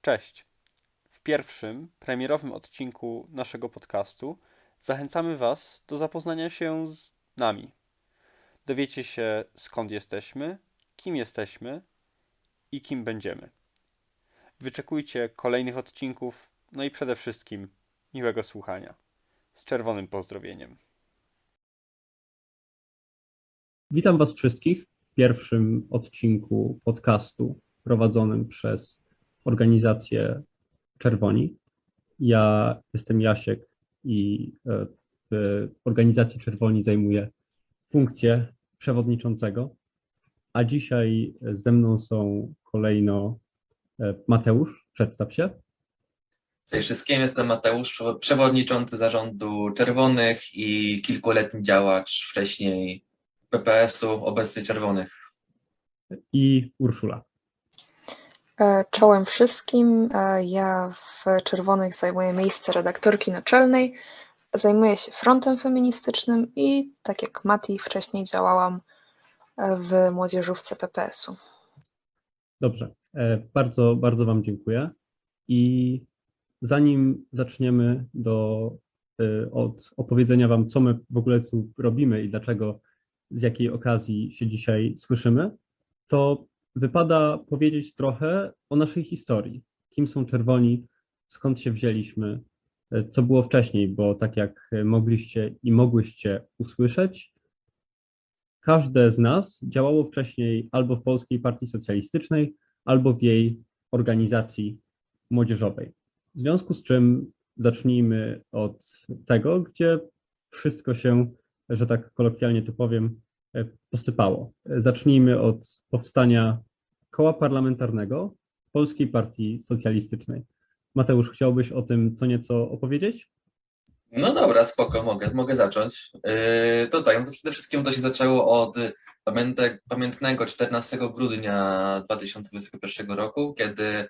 Cześć! W pierwszym, premierowym odcinku naszego podcastu zachęcamy Was do zapoznania się z nami. Dowiecie się, skąd jesteśmy i kim będziemy. Wyczekujcie kolejnych odcinków, no i przede wszystkim miłego słuchania. Z czerwonym pozdrowieniem. Witam Was wszystkich w pierwszym odcinku podcastu prowadzonym przez organizację Czerwoni. Ja jestem Jasiek i w organizacji Czerwoni zajmuję funkcję przewodniczącego, a dzisiaj ze mną są kolejno Mateusz, przedstaw się. Cześć wszystkim, jestem Mateusz, przewodniczący zarządu Czerwonych i kilkuletni działacz wcześniej PPS-u, obecnie Czerwonych. I Urszula. Czołem wszystkim. Ja w Czerwonych zajmuję miejsce redaktorki naczelnej. Zajmuję się frontem feministycznym i tak jak Mati wcześniej działałam w młodzieżówce PPS-u. Dobrze, bardzo, bardzo Wam dziękuję. I zanim zaczniemy od opowiedzenia Wam, co my w ogóle tu robimy i dlaczego, z jakiej okazji się dzisiaj słyszymy, to wypada powiedzieć trochę o naszej historii. Kim są Czerwoni, skąd się wzięliśmy, co było wcześniej, bo tak jak mogliście i mogłyście usłyszeć, każde z nas działało wcześniej albo w Polskiej Partii Socjalistycznej, albo w jej organizacji młodzieżowej. W związku z czym zacznijmy od tego, gdzie wszystko się, że tak kolokwialnie tu powiem, posypało. Zacznijmy od powstania koła parlamentarnego Polskiej Partii Socjalistycznej. Mateusz, chciałbyś o tym co nieco opowiedzieć? No dobra, spoko, mogę zacząć. To tak, no to przede wszystkim to się zaczęło od pamiętnego 14 grudnia 2021 roku, kiedy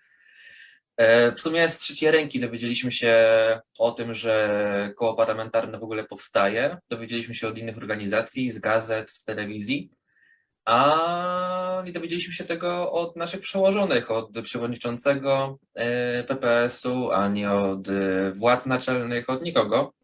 w sumie z trzeciej ręki dowiedzieliśmy się o tym, że koło parlamentarne w ogóle powstaje. Dowiedzieliśmy się od innych organizacji, z gazet, z telewizji, a nie dowiedzieliśmy się tego od naszych przełożonych, od przewodniczącego PPS-u, ani od władz naczelnych, od nikogo.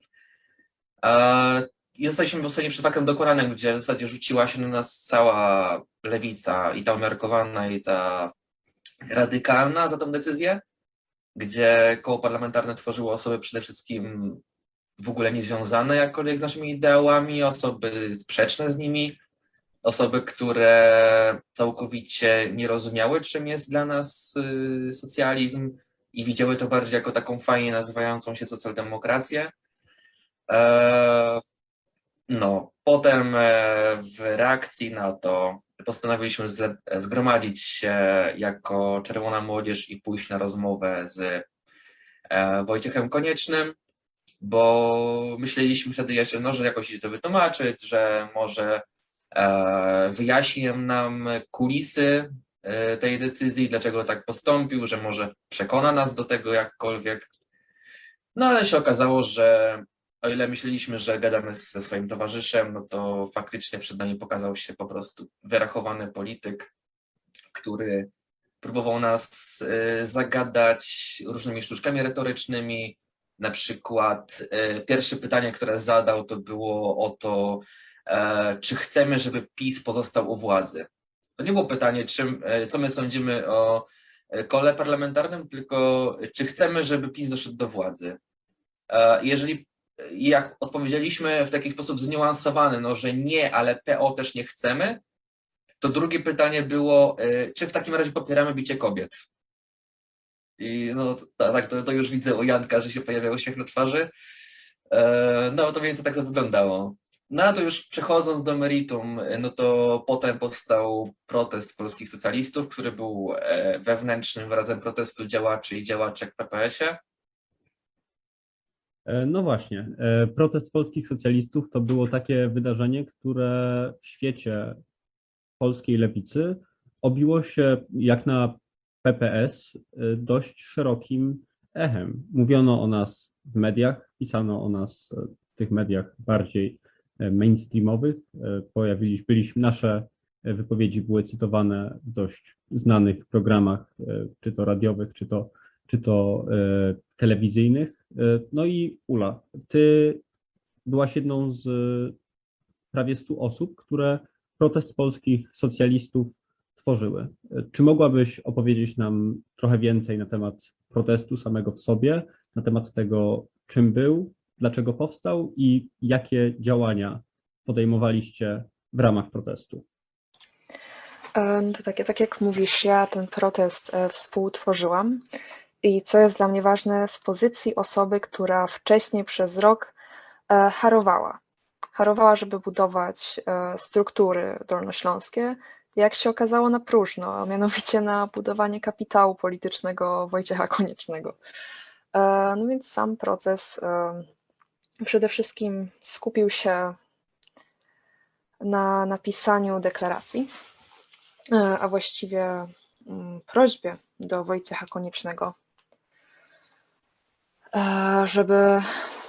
I zostaliśmy postawieni przed faktem dokonanym, gdzie w zasadzie rzuciła się na nas cała lewica, i ta umiarkowana, i ta radykalna, za tą decyzję, gdzie koło parlamentarne tworzyło osoby przede wszystkim w ogóle niezwiązane jakkolwiek z naszymi ideałami, osoby sprzeczne z nimi, osoby, które całkowicie nie rozumiały, czym jest dla nas socjalizm i widziały to bardziej jako taką fajnie nazywającą się socjaldemokrację. No, potem w reakcji na to postanowiliśmy zgromadzić się jako Czerwona Młodzież i pójść na rozmowę z Wojciechem Koniecznym, bo myśleliśmy wtedy jeszcze, no, że jakoś się to wytłumaczyć, że może wyjaśni nam kulisy tej decyzji, dlaczego tak postąpił, że może przekona nas do tego jakkolwiek. No ale się okazało, że o ile myśleliśmy, że gadamy ze swoim towarzyszem, no to faktycznie przed nami pokazał się po prostu wyrachowany polityk, który próbował nas zagadać różnymi sztuczkami retorycznymi. Na przykład pierwsze pytanie, które zadał, to było o to, czy chcemy, żeby PiS pozostał u władzy. To nie było pytanie, co my sądzimy o kole parlamentarnym, tylko czy chcemy, żeby PiS doszedł do władzy. Jak odpowiedzieliśmy w taki sposób zniuansowany, no, że nie, ale PO też nie chcemy, to drugie pytanie było, czy w takim razie popieramy bicie kobiet. I no tak, to już widzę u Janka, że się pojawiał uśmiech na twarzy. No to więc tak to wyglądało. No a to już przechodząc do meritum, no to potem powstał protest polskich socjalistów, który był wewnętrznym wyrazem protestu działaczy i działaczek w PPS-ie. No właśnie, protest polskich socjalistów to było takie wydarzenie, które w świecie polskiej lewicy obiło się jak na PPS dość szerokim echem. Mówiono o nas w mediach, pisano o nas w tych mediach bardziej mainstreamowych. Nasze wypowiedzi były cytowane w dość znanych programach, czy to radiowych, czy to czy to telewizyjnych. No i Ula, ty byłaś jedną z prawie 100 osób, które protest polskich socjalistów tworzyły. Czy mogłabyś opowiedzieć nam trochę więcej na temat protestu samego w sobie, na temat tego, czym był, dlaczego powstał i jakie działania podejmowaliście w ramach protestu? No to tak jak mówisz, ja ten protest współtworzyłam i co jest dla mnie ważne, z pozycji osoby, która wcześniej przez rok harowała. Harowała, żeby budować struktury dolnośląskie, jak się okazało na próżno, a mianowicie na budowanie kapitału politycznego Wojciecha Koniecznego. No więc sam proces przede wszystkim skupił się na napisaniu deklaracji, a właściwie prośbie do Wojciecha Koniecznego, żeby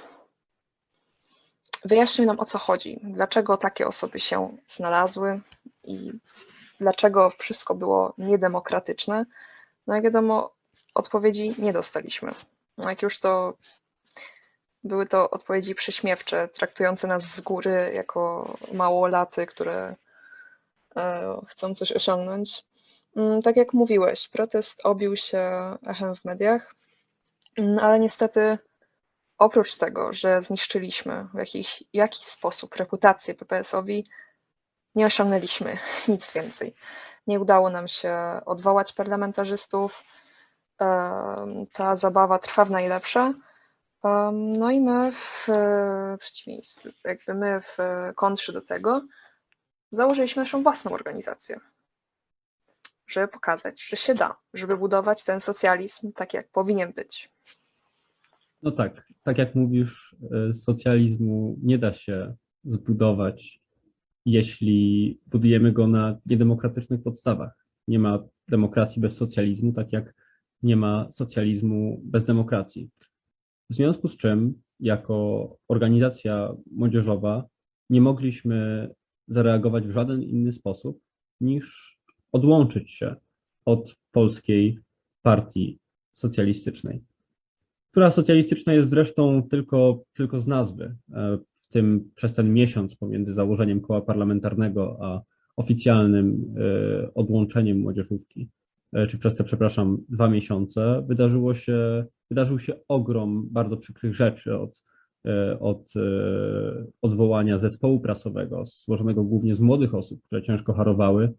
wyjaśnił nam, o co chodzi, dlaczego takie osoby się znalazły i dlaczego wszystko było niedemokratyczne. No jak wiadomo, odpowiedzi nie dostaliśmy. No jak już to były to odpowiedzi prześmiewcze, traktujące nas z góry jako małolaty, które chcą coś osiągnąć. Tak jak mówiłeś, protest obił się echem w mediach, ale niestety oprócz tego, że zniszczyliśmy w jakiś sposób reputację PPS-owi, nie osiągnęliśmy nic więcej. Nie udało nam się odwołać parlamentarzystów. Ta zabawa trwa w najlepsze. No i my w przeciwieństwie, my w kontrze do tego założyliśmy naszą własną organizację, żeby pokazać, że się da, żeby budować ten socjalizm tak, jak powinien być. No tak jak mówisz, socjalizmu nie da się zbudować, jeśli budujemy go na niedemokratycznych podstawach. Nie ma demokracji bez socjalizmu, tak jak nie ma socjalizmu bez demokracji. W związku z czym, jako organizacja młodzieżowa, nie mogliśmy zareagować w żaden inny sposób niż odłączyć się od Polskiej Partii Socjalistycznej, która socjalistyczna jest zresztą tylko z nazwy. W tym przez ten miesiąc pomiędzy założeniem koła parlamentarnego a oficjalnym odłączeniem młodzieżówki, czy przez te, przepraszam, 2 miesiące, wydarzył się ogrom bardzo przykrych rzeczy od odwołania zespołu prasowego, złożonego głównie z młodych osób, które ciężko harowały,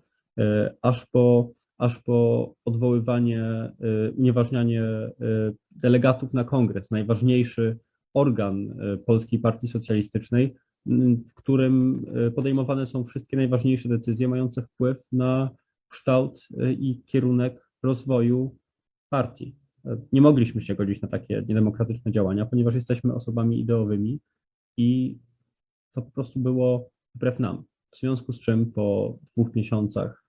aż po odwoływanie, unieważnianie delegatów na kongres, najważniejszy organ Polskiej Partii Socjalistycznej, w którym podejmowane są wszystkie najważniejsze decyzje mające wpływ na kształt i kierunek rozwoju partii. Nie mogliśmy się godzić na takie niedemokratyczne działania, ponieważ jesteśmy osobami ideowymi i to po prostu było wbrew nam. W związku z czym po 2 miesiącach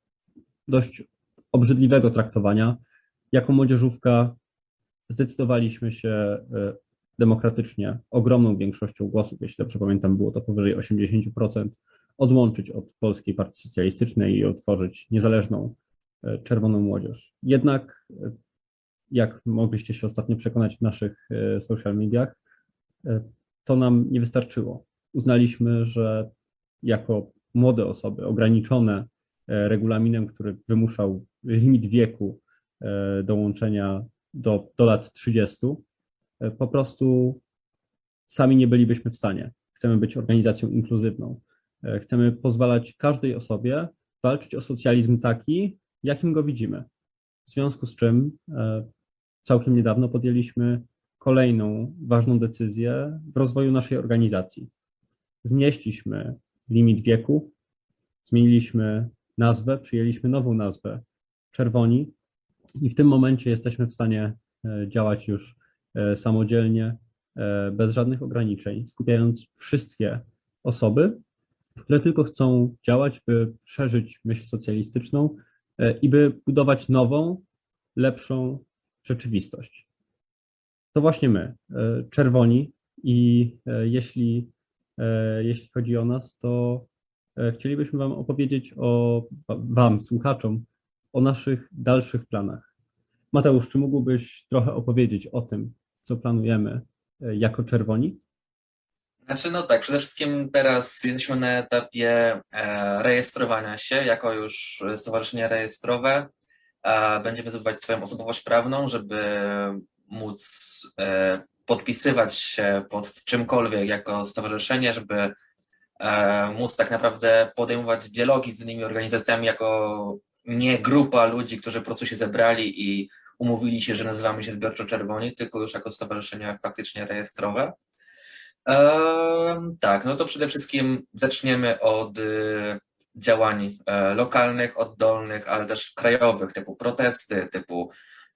dość obrzydliwego traktowania, jako młodzieżówka zdecydowaliśmy się demokratycznie, ogromną większością głosów, jeśli dobrze pamiętam, było to powyżej 80%, odłączyć od Polskiej Partii Socjalistycznej i otworzyć niezależną Czerwoną Młodzież. Jednak, jak mogliście się ostatnio przekonać w naszych social mediach, to nam nie wystarczyło. Uznaliśmy, że jako młode osoby, ograniczone regulaminem, który wymuszał limit wieku dołączenia do lat 30, po prostu sami nie bylibyśmy w stanie. Chcemy być organizacją inkluzywną. Chcemy pozwalać każdej osobie walczyć o socjalizm taki, jakim go widzimy. W związku z czym całkiem niedawno podjęliśmy kolejną ważną decyzję w rozwoju naszej organizacji. Znieśliśmy limit wieku, zmieniliśmy nazwę, przyjęliśmy nową nazwę Czerwoni i w tym momencie jesteśmy w stanie działać już samodzielnie, bez żadnych ograniczeń, skupiając wszystkie osoby, które tylko chcą działać, by szerzyć myśl socjalistyczną i by budować nową, lepszą rzeczywistość. To właśnie my, Czerwoni, i jeśli chodzi o nas, to chcielibyśmy Wam opowiedzieć wam, słuchaczom, o naszych dalszych planach. Mateusz, czy mógłbyś trochę opowiedzieć o tym, co planujemy jako Czerwoni? Znaczy, no tak, przede wszystkim teraz jesteśmy na etapie rejestrowania się jako już stowarzyszenie rejestrowe. Będziemy zdobywać swoją osobowość prawną, żeby móc podpisywać się pod czymkolwiek jako stowarzyszenie, żeby móc tak naprawdę podejmować dialogi z innymi organizacjami jako nie grupa ludzi, którzy po prostu się zebrali i umówili się, że nazywamy się Zbiorczo Czerwoni, tylko już jako stowarzyszenie faktycznie rejestrowe. Tak, no to przede wszystkim zaczniemy od działań lokalnych, oddolnych, ale też krajowych, typu protesty, typu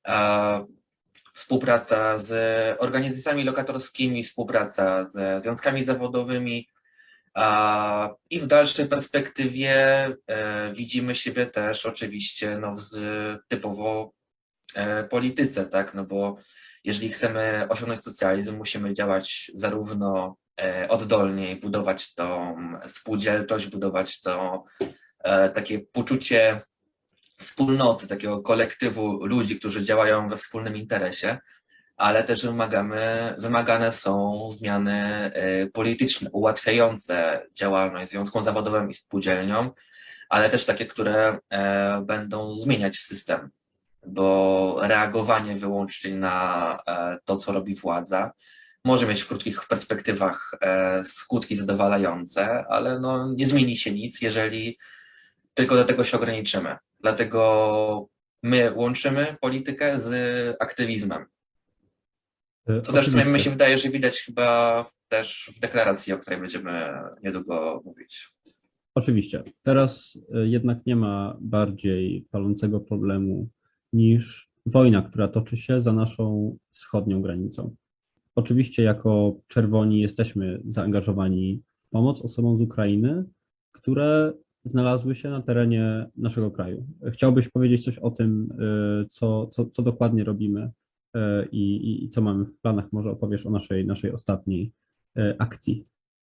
współpraca z organizacjami lokatorskimi, współpraca ze związkami zawodowymi, i w dalszej perspektywie widzimy siebie też oczywiście no, w typowo polityce, tak? No bo jeżeli chcemy osiągnąć socjalizm, musimy działać zarówno oddolnie, budować tą spółdzielczość, budować to takie poczucie wspólnoty, takiego kolektywu ludzi, którzy działają we wspólnym interesie, ale też wymagane są zmiany polityczne, ułatwiające działalność związkom zawodowym i spółdzielniom, ale też takie, które będą zmieniać system, bo reagowanie wyłącznie na to, co robi władza, może mieć w krótkich perspektywach skutki zadowalające, ale no, nie zmieni się nic, jeżeli tylko do tego się ograniczymy. Dlatego my łączymy politykę z aktywizmem. Co też Oczywiście. mi się wydaje, że widać chyba też w deklaracji, o której będziemy niedługo mówić. Oczywiście. Teraz jednak nie ma bardziej palącego problemu niż wojna, która toczy się za naszą wschodnią granicą. Oczywiście jako Czerwoni jesteśmy zaangażowani w pomoc osobom z Ukrainy, które znalazły się na terenie naszego kraju. Chciałbyś powiedzieć coś o tym, co dokładnie robimy i co mamy w planach? Może opowiesz o naszej ostatniej akcji.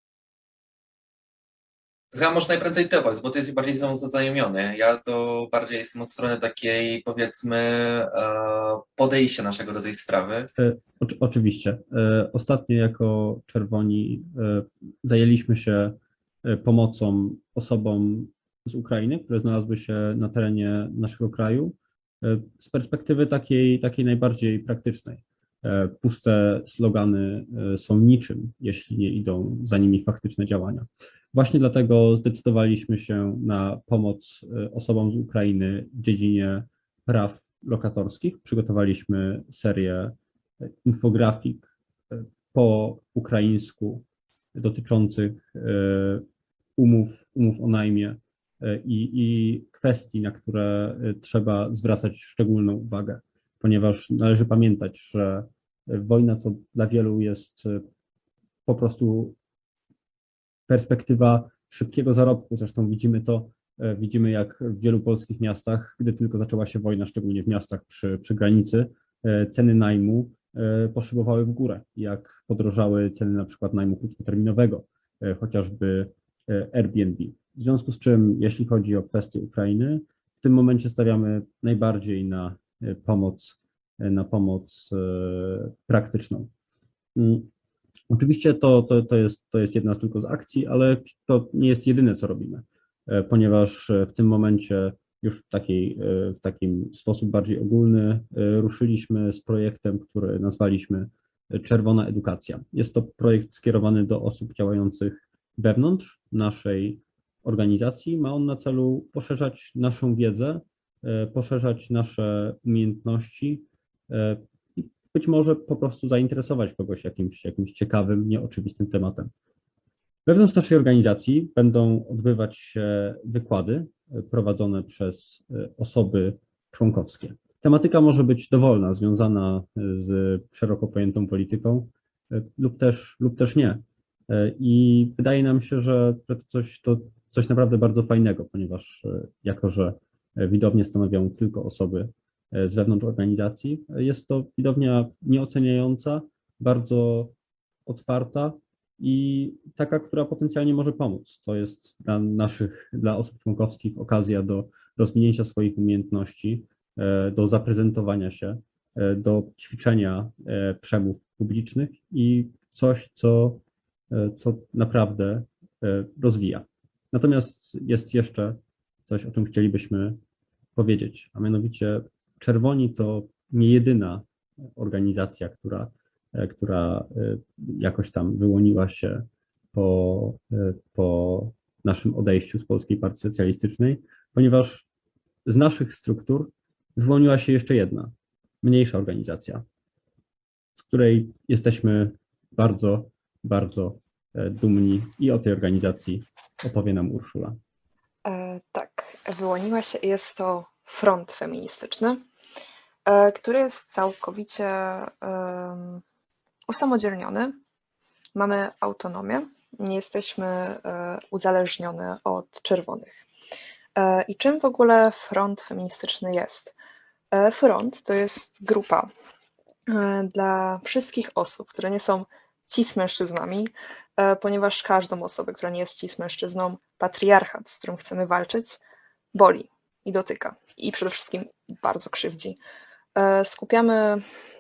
Chyba może najprędzej ty opowiedz, bo ty jesteś bardziej są zaznajomiony. Ja to bardziej jestem od strony takiej, powiedzmy, podejścia naszego do tej sprawy. Oczywiście. Ostatnio jako Czerwoni zajęliśmy się pomocą osobom z Ukrainy, które znalazły się na terenie naszego kraju z perspektywy takiej najbardziej praktycznej. Puste slogany są niczym, jeśli nie idą za nimi faktyczne działania. Właśnie dlatego zdecydowaliśmy się na pomoc osobom z Ukrainy w dziedzinie praw lokatorskich. Przygotowaliśmy serię infografik po ukraińsku dotyczących umów o najmie i kwestii, na które trzeba zwracać szczególną uwagę, ponieważ należy pamiętać, że wojna to dla wielu jest po prostu perspektywa szybkiego zarobku. Zresztą widzimy jak w wielu polskich miastach, gdy tylko zaczęła się wojna, szczególnie w miastach przy granicy, ceny najmu poszybowały w górę, jak podrożały ceny na przykład najmu krótkoterminowego, chociażby Airbnb. W związku z czym, jeśli chodzi o kwestię Ukrainy, w tym momencie stawiamy najbardziej na pomoc praktyczną. Oczywiście to jest jedna tylko z akcji, ale to nie jest jedyne, co robimy, ponieważ w tym momencie już w takim sposób bardziej ogólny ruszyliśmy z projektem, który nazwaliśmy Czerwona Edukacja. Jest to projekt skierowany do osób działających wewnątrz naszej organizacji. Ma on na celu poszerzać naszą wiedzę, poszerzać nasze umiejętności i być może po prostu zainteresować kogoś jakimś ciekawym, nieoczywistym tematem. Wewnątrz naszej organizacji będą odbywać się wykłady prowadzone przez osoby członkowskie. Tematyka może być dowolna, związana z szeroko pojętą polityką lub też nie. I wydaje nam się, że to coś naprawdę bardzo fajnego, ponieważ jako że widownie stanowią tylko osoby z wewnątrz organizacji, jest to widownia nieoceniająca, bardzo otwarta i taka, która potencjalnie może pomóc. To jest dla osób członkowskich okazja do rozwinięcia swoich umiejętności, do zaprezentowania się, do ćwiczenia przemów publicznych i coś, co naprawdę rozwija. Natomiast jest jeszcze coś, o czym chcielibyśmy powiedzieć, a mianowicie Czerwoni to nie jedyna organizacja, która jakoś tam wyłoniła się po naszym odejściu z Polskiej Partii Socjalistycznej, ponieważ z naszych struktur wyłoniła się jeszcze jedna, mniejsza organizacja, z której jesteśmy bardzo, bardzo dumni i o tej organizacji opowie nam Urszula. Tak, wyłoniła się, jest to Front Feministyczny, który jest całkowicie usamodzielniony. Mamy autonomię, nie jesteśmy uzależnione od czerwonych. I czym w ogóle Front Feministyczny jest? Front to jest grupa dla wszystkich osób, które nie są cis-mężczyznami, ponieważ każdą osobę, która nie jest cis-mężczyzną, patriarchat, z którym chcemy walczyć, boli i dotyka. I przede wszystkim bardzo krzywdzi. Skupiamy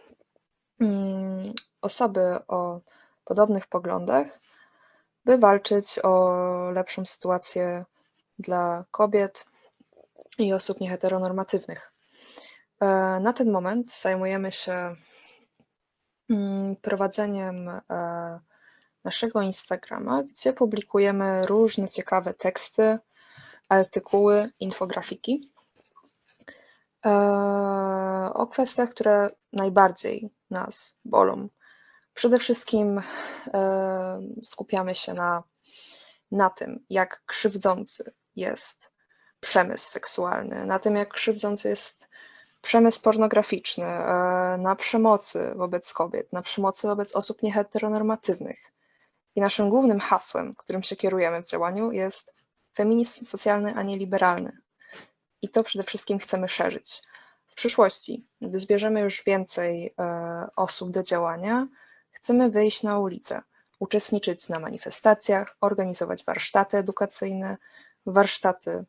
osoby o podobnych poglądach, by walczyć o lepszą sytuację dla kobiet i osób nieheteronormatywnych. Na ten moment zajmujemy się prowadzeniem naszego Instagrama, gdzie publikujemy różne ciekawe teksty, artykuły, infografiki o kwestiach, które najbardziej nas bolą. Przede wszystkim skupiamy się na tym, jak krzywdzący jest przemysł seksualny, na tym, jak krzywdzący jest przemysł pornograficzny, na przemocy wobec kobiet, na przemocy wobec osób nieheteronormatywnych. I naszym głównym hasłem, którym się kierujemy w działaniu, jest feminizm socjalny, a nie liberalny. I to przede wszystkim chcemy szerzyć. W przyszłości, gdy zbierzemy już więcej osób do działania, chcemy wyjść na ulicę, uczestniczyć na manifestacjach, organizować warsztaty edukacyjne, warsztaty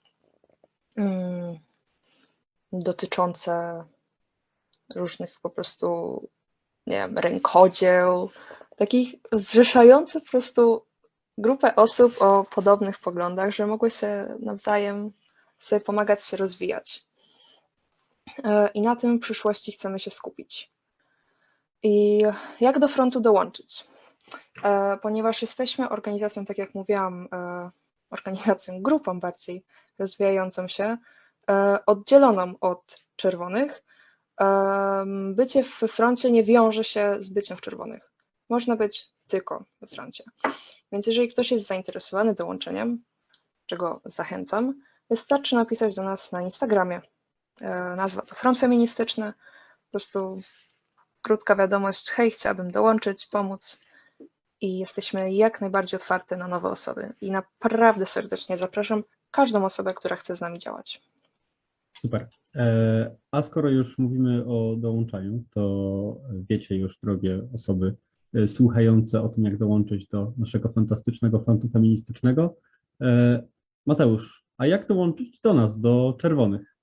dotyczące różnych po prostu, nie wiem, rękodzieł, takich zrzeszających po prostu grupę osób o podobnych poglądach, że mogły się nawzajem sobie pomagać się rozwijać. I na tym w przyszłości chcemy się skupić. I jak do frontu dołączyć? Ponieważ jesteśmy organizacją, tak jak mówiłam, organizacją, grupą bardziej rozwijającą się, oddzieloną od czerwonych. Bycie w froncie nie wiąże się z byciem w czerwonych. Można być tylko we froncie. Więc jeżeli ktoś jest zainteresowany dołączeniem, czego zachęcam, wystarczy napisać do nas na Instagramie. Nazwa to Front Feministyczny. Po prostu krótka wiadomość: hej, chciałabym dołączyć, pomóc. I jesteśmy jak najbardziej otwarte na nowe osoby. I naprawdę serdecznie zapraszam każdą osobę, która chce z nami działać. Super. A skoro już mówimy o dołączaniu, to wiecie już, drogie osoby słuchające o tym, jak dołączyć do naszego fantastycznego frontu feministycznego. Mateusz, a jak dołączyć do nas, do czerwonych?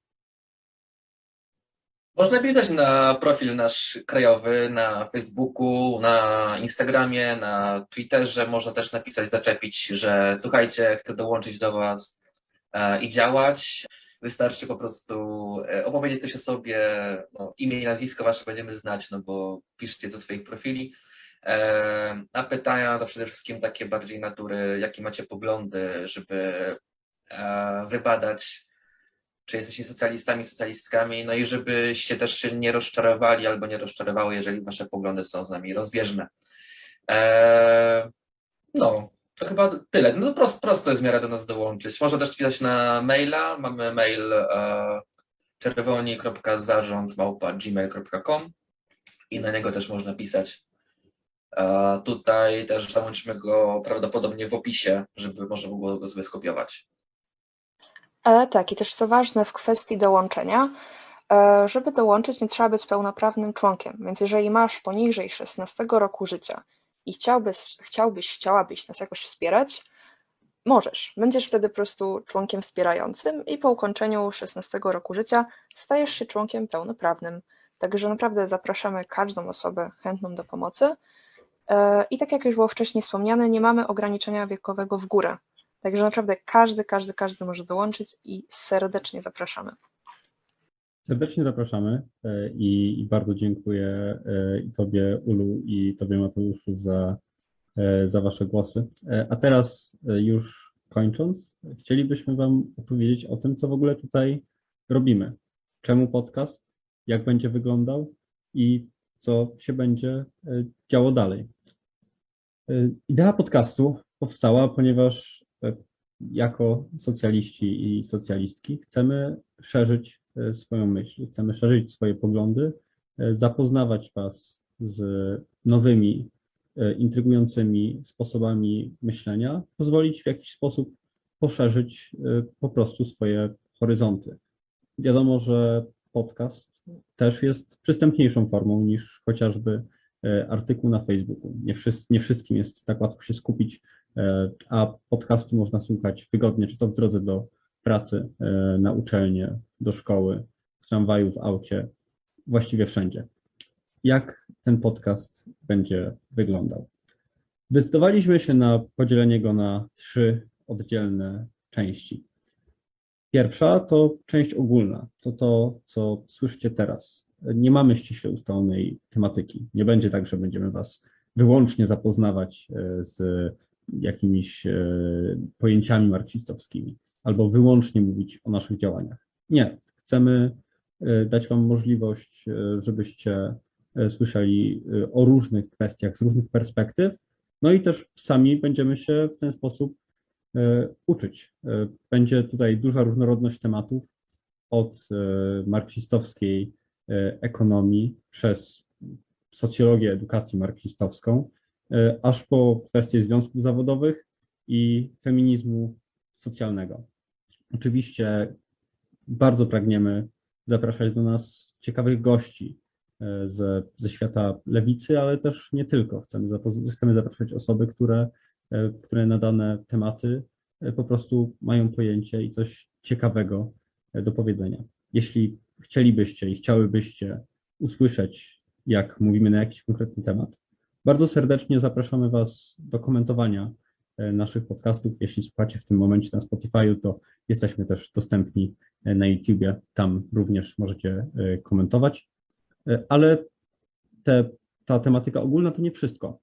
Można napisać na profil nasz krajowy na Facebooku, na Instagramie, na Twitterze. Można też napisać, zaczepić, że słuchajcie, chcę dołączyć do Was i działać. Wystarczy po prostu opowiedzieć coś o sobie, no, imię i nazwisko Wasze będziemy znać, no bo piszcie ze swoich profili. A pytania to przede wszystkim takie bardziej natury, jakie macie poglądy, żeby wybadać, czy jesteście socjalistami, socjalistkami, no i żebyście też się nie rozczarowali albo nie rozczarowały, jeżeli wasze poglądy są z nami rozbieżne. No, to chyba tyle. No to prosto jest w miarę do nas dołączyć. Można też pisać na maila. Mamy mail czerwoni.zarząd@gmail.com i na niego też można pisać. Tutaj też załączymy go prawdopodobnie w opisie, żeby można było go sobie skopiować. Tak, i też co ważne w kwestii dołączenia, żeby dołączyć, nie trzeba być pełnoprawnym członkiem, więc jeżeli masz poniżej 16 roku życia i chciałabyś nas jakoś wspierać, możesz. Będziesz wtedy po prostu członkiem wspierającym i po ukończeniu 16 roku życia stajesz się członkiem pełnoprawnym. Także naprawdę zapraszamy każdą osobę chętną do pomocy. I tak jak już było wcześniej wspomniane, nie mamy ograniczenia wiekowego w górę. Także naprawdę każdy może dołączyć i serdecznie zapraszamy. Serdecznie zapraszamy i bardzo dziękuję i Tobie, Ulu, i Tobie, Mateuszu, za Wasze głosy. A teraz już kończąc, chcielibyśmy Wam opowiedzieć o tym, co w ogóle tutaj robimy. Czemu podcast, jak będzie wyglądał i co się będzie działo dalej. Idea podcastu powstała, ponieważ jako socjaliści i socjalistki chcemy szerzyć swoją myśl, chcemy szerzyć swoje poglądy, zapoznawać Was z nowymi, intrygującymi sposobami myślenia, pozwolić w jakiś sposób poszerzyć po prostu swoje horyzonty. Wiadomo, że podcast też jest przystępniejszą formą niż chociażby artykuł na Facebooku. Nie wszystkim jest tak łatwo się skupić, a podcastu można słuchać wygodnie, czy to w drodze do pracy, na uczelnię, do szkoły, w tramwaju, w aucie, właściwie wszędzie. Jak ten podcast będzie wyglądał? Zdecydowaliśmy się na podzielenie go na 3 oddzielne części. Pierwsza to część ogólna, to, co słyszycie teraz. Nie mamy ściśle ustalonej tematyki. Nie będzie tak, że będziemy Was wyłącznie zapoznawać z jakimiś pojęciami marksistowskimi albo wyłącznie mówić o naszych działaniach. Nie. Chcemy dać Wam możliwość, żebyście słyszeli o różnych kwestiach z różnych perspektyw, no i też sami będziemy się w ten sposób uczyć. Będzie tutaj duża różnorodność tematów, od marksistowskiej ekonomii przez socjologię edukacji marksistowską, aż po kwestie związków zawodowych i feminizmu socjalnego. Oczywiście bardzo pragniemy zapraszać do nas ciekawych gości ze świata lewicy, ale też nie tylko. Chcemy zapraszać osoby, które na dane tematy po prostu mają pojęcie i coś ciekawego do powiedzenia. Jeśli chcielibyście i chciałybyście usłyszeć, jak mówimy na jakiś konkretny temat, bardzo serdecznie zapraszamy Was do komentowania naszych podcastów. Jeśli słuchacie w tym momencie na Spotify'u, to jesteśmy też dostępni na YouTubie. Tam również możecie komentować. Ale ta tematyka ogólna to nie wszystko.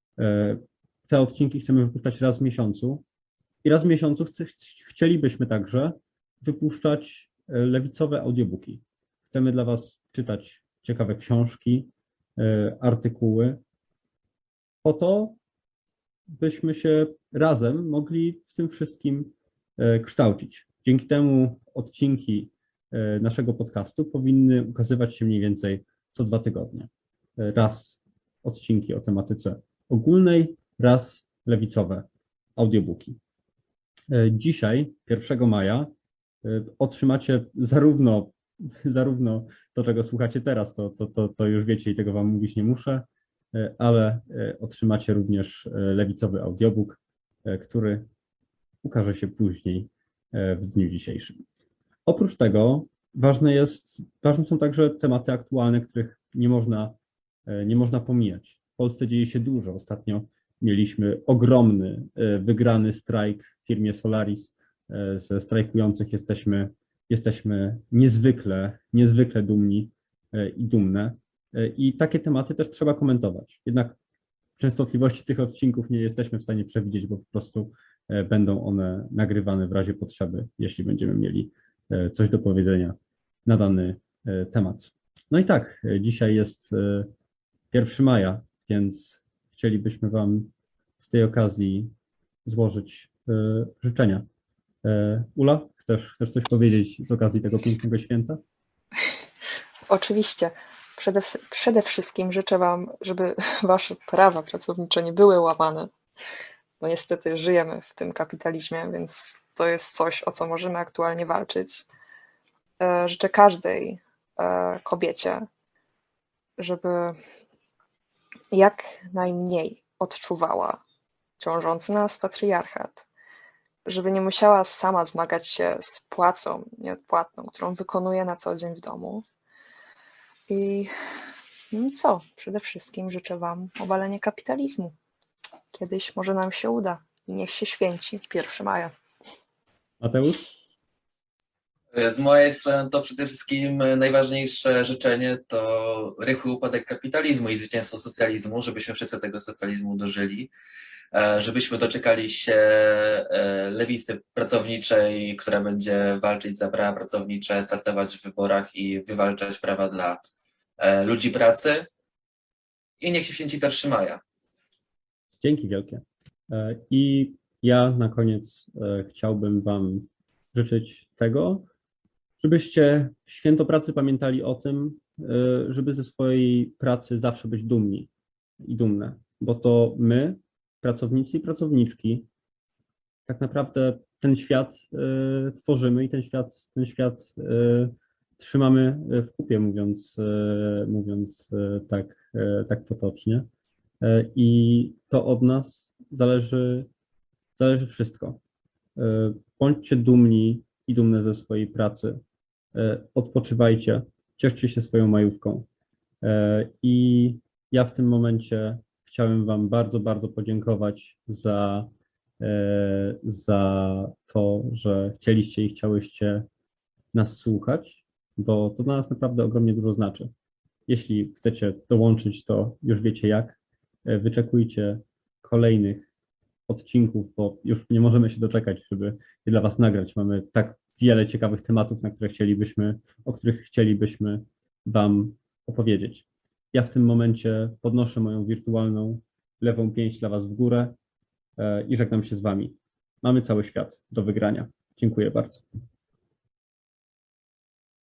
Te odcinki chcemy wypuszczać raz w miesiącu i raz w miesiącu chcielibyśmy także wypuszczać lewicowe audiobooki. Chcemy dla Was czytać ciekawe książki, artykuły, po to, byśmy się razem mogli w tym wszystkim kształcić. Dzięki temu odcinki naszego podcastu powinny ukazywać się mniej więcej co 2 tygodnie. Raz odcinki o tematyce ogólnej, raz lewicowe audiobooki. Dzisiaj, 1 maja, otrzymacie zarówno to, czego słuchacie teraz, to już wiecie i tego Wam mówić nie muszę, ale otrzymacie również lewicowy audiobook, który ukaże się później w dniu dzisiejszym. Oprócz tego ważne są także tematy aktualne, których nie można pomijać. W Polsce dzieje się dużo. Ostatnio mieliśmy ogromny, wygrany strajk w firmie Solaris. Ze strajkujących jesteśmy niezwykle dumni i dumne. I takie tematy też trzeba komentować. Jednak częstotliwości tych odcinków nie jesteśmy w stanie przewidzieć, bo po prostu będą one nagrywane w razie potrzeby, jeśli będziemy mieli coś do powiedzenia na dany temat. No i tak, dzisiaj jest 1 maja, więc chcielibyśmy Wam z tej okazji złożyć życzenia. Ula, chcesz coś powiedzieć z okazji tego pięknego święta? Oczywiście. Przede wszystkim życzę Wam, żeby Wasze prawa pracownicze nie były łamane, bo niestety żyjemy w tym kapitalizmie, więc to jest coś, o co możemy aktualnie walczyć. Życzę każdej kobiecie, żeby jak najmniej odczuwała ciążący na nas patriarchat żeby nie musiała sama zmagać się z płacą nieodpłatną, którą wykonuje na co dzień w domu. I co? Przede wszystkim życzę Wam obalenia kapitalizmu. Kiedyś może nam się uda i niech się święci 1 maja. Mateusz? Z mojej strony to przede wszystkim najważniejsze życzenie to rychły upadek kapitalizmu i zwycięstwo socjalizmu, żebyśmy wszyscy tego socjalizmu dożyli, żebyśmy doczekali się lewicy pracowniczej, która będzie walczyć za prawa pracownicze, startować w wyborach i wywalczać prawa dla ludzi pracy. I niech się święci 1 maja. Dzięki wielkie. I ja na koniec chciałbym Wam życzyć tego, żebyście w święto pracy pamiętali o tym, żeby ze swojej pracy zawsze być dumni i dumne, bo to my, pracownicy i pracowniczki, tak naprawdę ten świat tworzymy i ten świat trzymamy w kupie, mówiąc tak potocznie. I to od nas zależy wszystko. Bądźcie dumni i dumne ze swojej pracy. Odpoczywajcie, cieszcie się swoją majówką. I ja w tym momencie chciałem Wam bardzo, bardzo podziękować za to, że chcieliście i chciałyście nas słuchać, bo to dla nas naprawdę ogromnie dużo znaczy. Jeśli chcecie dołączyć, to już wiecie jak. Wyczekujcie kolejnych odcinków, bo już nie możemy się doczekać, żeby je dla Was nagrać. Mamy tak wiele ciekawych tematów, o których chcielibyśmy Wam opowiedzieć. Ja w tym momencie podnoszę moją wirtualną lewą pięść dla Was w górę i żegnam się z Wami. Mamy cały świat do wygrania. Dziękuję bardzo.